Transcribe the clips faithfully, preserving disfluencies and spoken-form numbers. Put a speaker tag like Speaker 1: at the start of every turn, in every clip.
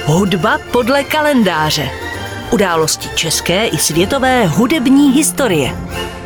Speaker 1: Hudba podle kalendáře. Události české i světové hudební historie.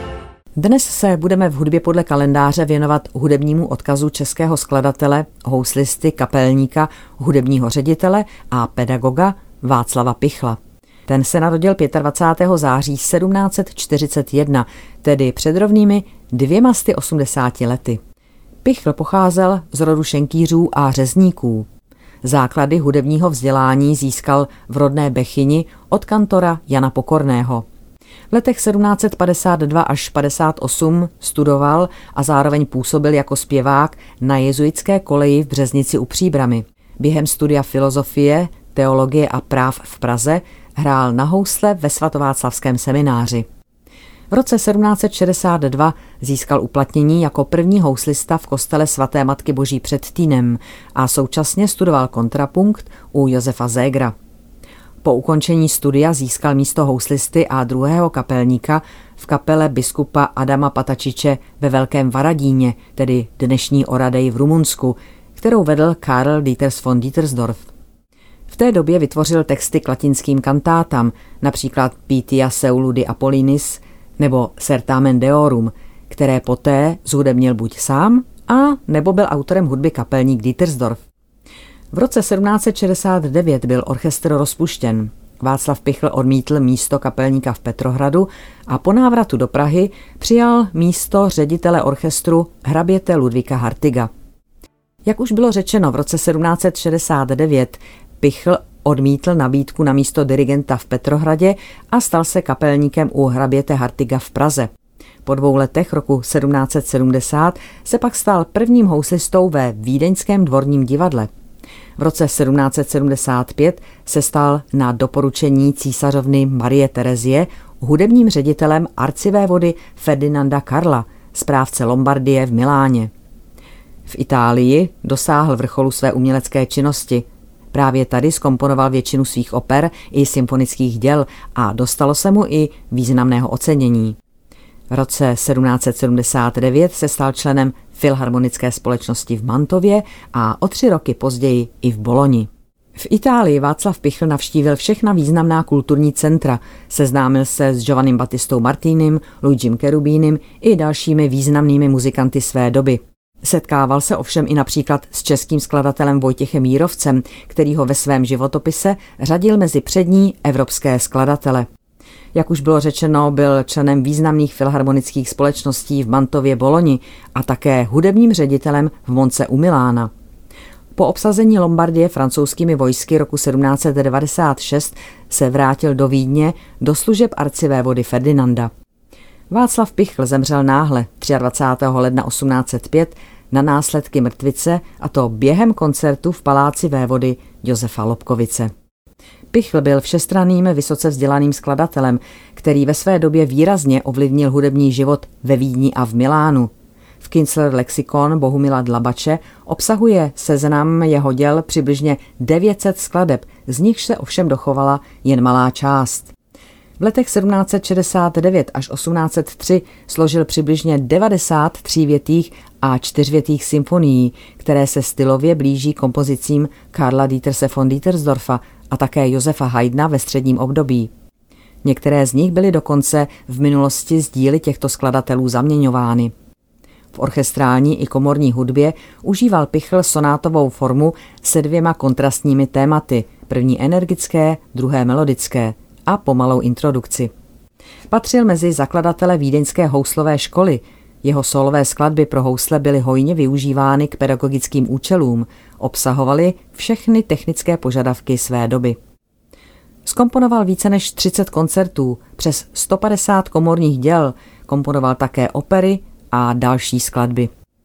Speaker 2: Dnes se budeme v hudbě podle kalendáře věnovat hudebnímu odkazu českého skladatele, houslisty, kapelníka, hudebního ředitele a pedagoga Václava Pichla. Ten se narodil dvacátého pátého září sedmnáct set čtyřicet jedna, tedy před rovnými dvěma sty osmdesáti lety. Pichl pocházel z rodu šenkýřů a řezníků. Základy hudebního vzdělání získal v rodné Bechyni od kantora Jana Pokorného. V letech sedmnáct set padesát dva až padesát osm studoval a zároveň působil jako zpěvák na jezuitské koleji v Březnici u Příbrami. Během studia filozofie, teologie a práv v Praze hrál na housle ve svatováclavském semináři. V roce sedmnáct set šedesát dva získal uplatnění jako první houslista v kostele svaté Matky Boží před Týnem a současně studoval kontrapunkt u Josefa Zégra. Po ukončení studia získal místo houslisty a druhého kapelníka v kapele biskupa Adama Patačiče ve Velkém Varadíně, tedy dnešní Oradej v Rumunsku, kterou vedl Karl Dieters von Dietersdorf. V té době vytvořil texty k latinským kantátam, například Pythia Seuludi Apollinis nebo Certamen Deorum, které poté zhudebnil buď sám, a nebo byl autorem hudby kapelník Dietersdorf. V roce sedmnáct set šedesát devět byl orchestr rozpuštěn. Václav Pichl odmítl místo kapelníka v Petrohradu a po návratu do Prahy přijal místo ředitele orchestru hraběte Ludvíka Hartiga. Jak už bylo řečeno, v roce sedmnáct set šedesát devět Pichl odmítl nabídku na místo dirigenta v Petrohradě a stal se kapelníkem u hraběte Hartiga v Praze. Po dvou letech roku sedmnáct set sedmdesát se pak stal prvním houslistou ve Vídeňském dvorním divadle. V roce sedmnáct set sedmdesát pět se stal na doporučení císařovny Marie Terezie hudebním ředitelem arcivévody Ferdinanda Karla, správce Lombardie v Miláně. V Itálii dosáhl vrcholu své umělecké činnosti. Právě tady zkomponoval většinu svých oper i symfonických děl a dostalo se mu i významného ocenění. V roce sedmnáct set sedmdesát devět se stal členem Filharmonické společnosti v Mantově a o tři roky později i v Boloni. V Itálii Václav Pichl navštívil všechna významná kulturní centra, seznámil se s Giovannim Battistou Martínim, Luigim Cherubínim i dalšími významnými muzikanty své doby. Setkával se ovšem i například s českým skladatelem Vojtěchem Jírovcem, který ho ve svém životopise řadil mezi přední evropské skladatele. Jak už bylo řečeno, byl členem významných filharmonických společností v Mantově, Boloni a také hudebním ředitelem v Monce u Milána. Po obsazení Lombardie francouzskými vojsky roku sedmnáct set devadesát šest se vrátil do Vídně do služeb arcivévody Ferdinanda. Václav Pichl zemřel náhle dvacátého třetího ledna osmnáct set pět na následky mrtvice, a to během koncertu v paláci vévody Josefa Lobkovice. Pichl byl všestranným, vysoce vzdělaným skladatelem, který ve své době výrazně ovlivnil hudební život ve Vídni a v Milánu. V Kienzler Lexikon Bohumila Dlabače obsahuje seznam jeho děl přibližně devět set skladeb, z nichž se ovšem dochovala jen malá část. V letech sedmnáct set šedesát devět až osmnáct set tři složil přibližně devadesát třívětých a čtyřvětých symfonií, které se stylově blíží kompozicím Karla Dieterse von Dietersdorfa a také Josefa Haydna ve středním období. Některé z nich byly dokonce v minulosti z díly těchto skladatelů zaměňovány. V orchestrální i komorní hudbě užíval Pichl sonátovou formu se dvěma kontrastními tématy, první energické, druhé melodické, a pomalou introdukci. Patřil mezi zakladatele vídeňské houslové školy. Jeho solové skladby pro housle byly hojně využívány k pedagogickým účelům, obsahovaly všechny technické požadavky své doby. Zkomponoval více než třicet koncertů, přes sto padesát komorních děl, komponoval také opery a další skladby.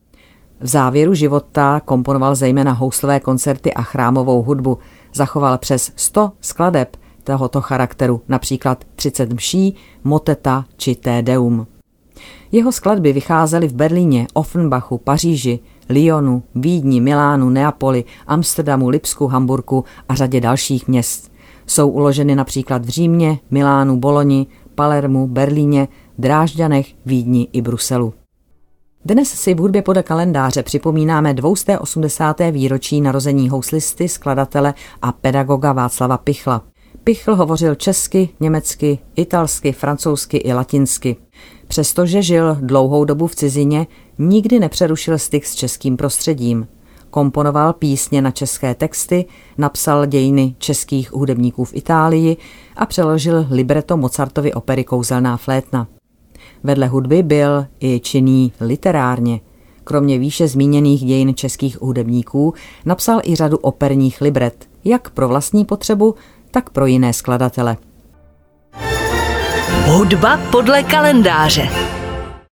Speaker 2: V závěru života komponoval zejména houslové koncerty a chrámovou hudbu, zachoval přes sto skladeb tohoto charakteru, například třicet mší, moteta či Te Deum. Jeho skladby vycházely v Berlíně, Offenbachu, Paříži, Lyonu, Vídni, Milánu, Neapoli, Amsterdamu, Lipsku, Hamburku a řadě dalších měst. Jsou uloženy například v Římě, Milánu, Boloni, Palermu, Berlíně, Drážďanech, Vídni i Bruselu. Dnes si v hudbě podle kalendáře připomínáme dvě osmdesáté výročí narození houslisty, skladatele a pedagoga Václava Pichla. Pichl hovořil česky, německy, italsky, francouzsky i latinsky. Přestože žil dlouhou dobu v cizině, nikdy nepřerušil styk s českým prostředím. Komponoval písně na české texty, napsal dějiny českých hudebníků v Itálii a přeložil libreto Mozartovy opery Kouzelná flétna. Vedle hudby byl i činný literárně. Kromě výše zmíněných dějin českých hudebníků napsal i řadu operních libret, jak pro vlastní potřebu, tak pro jiné skladatele.
Speaker 1: Hudba podle kalendáře.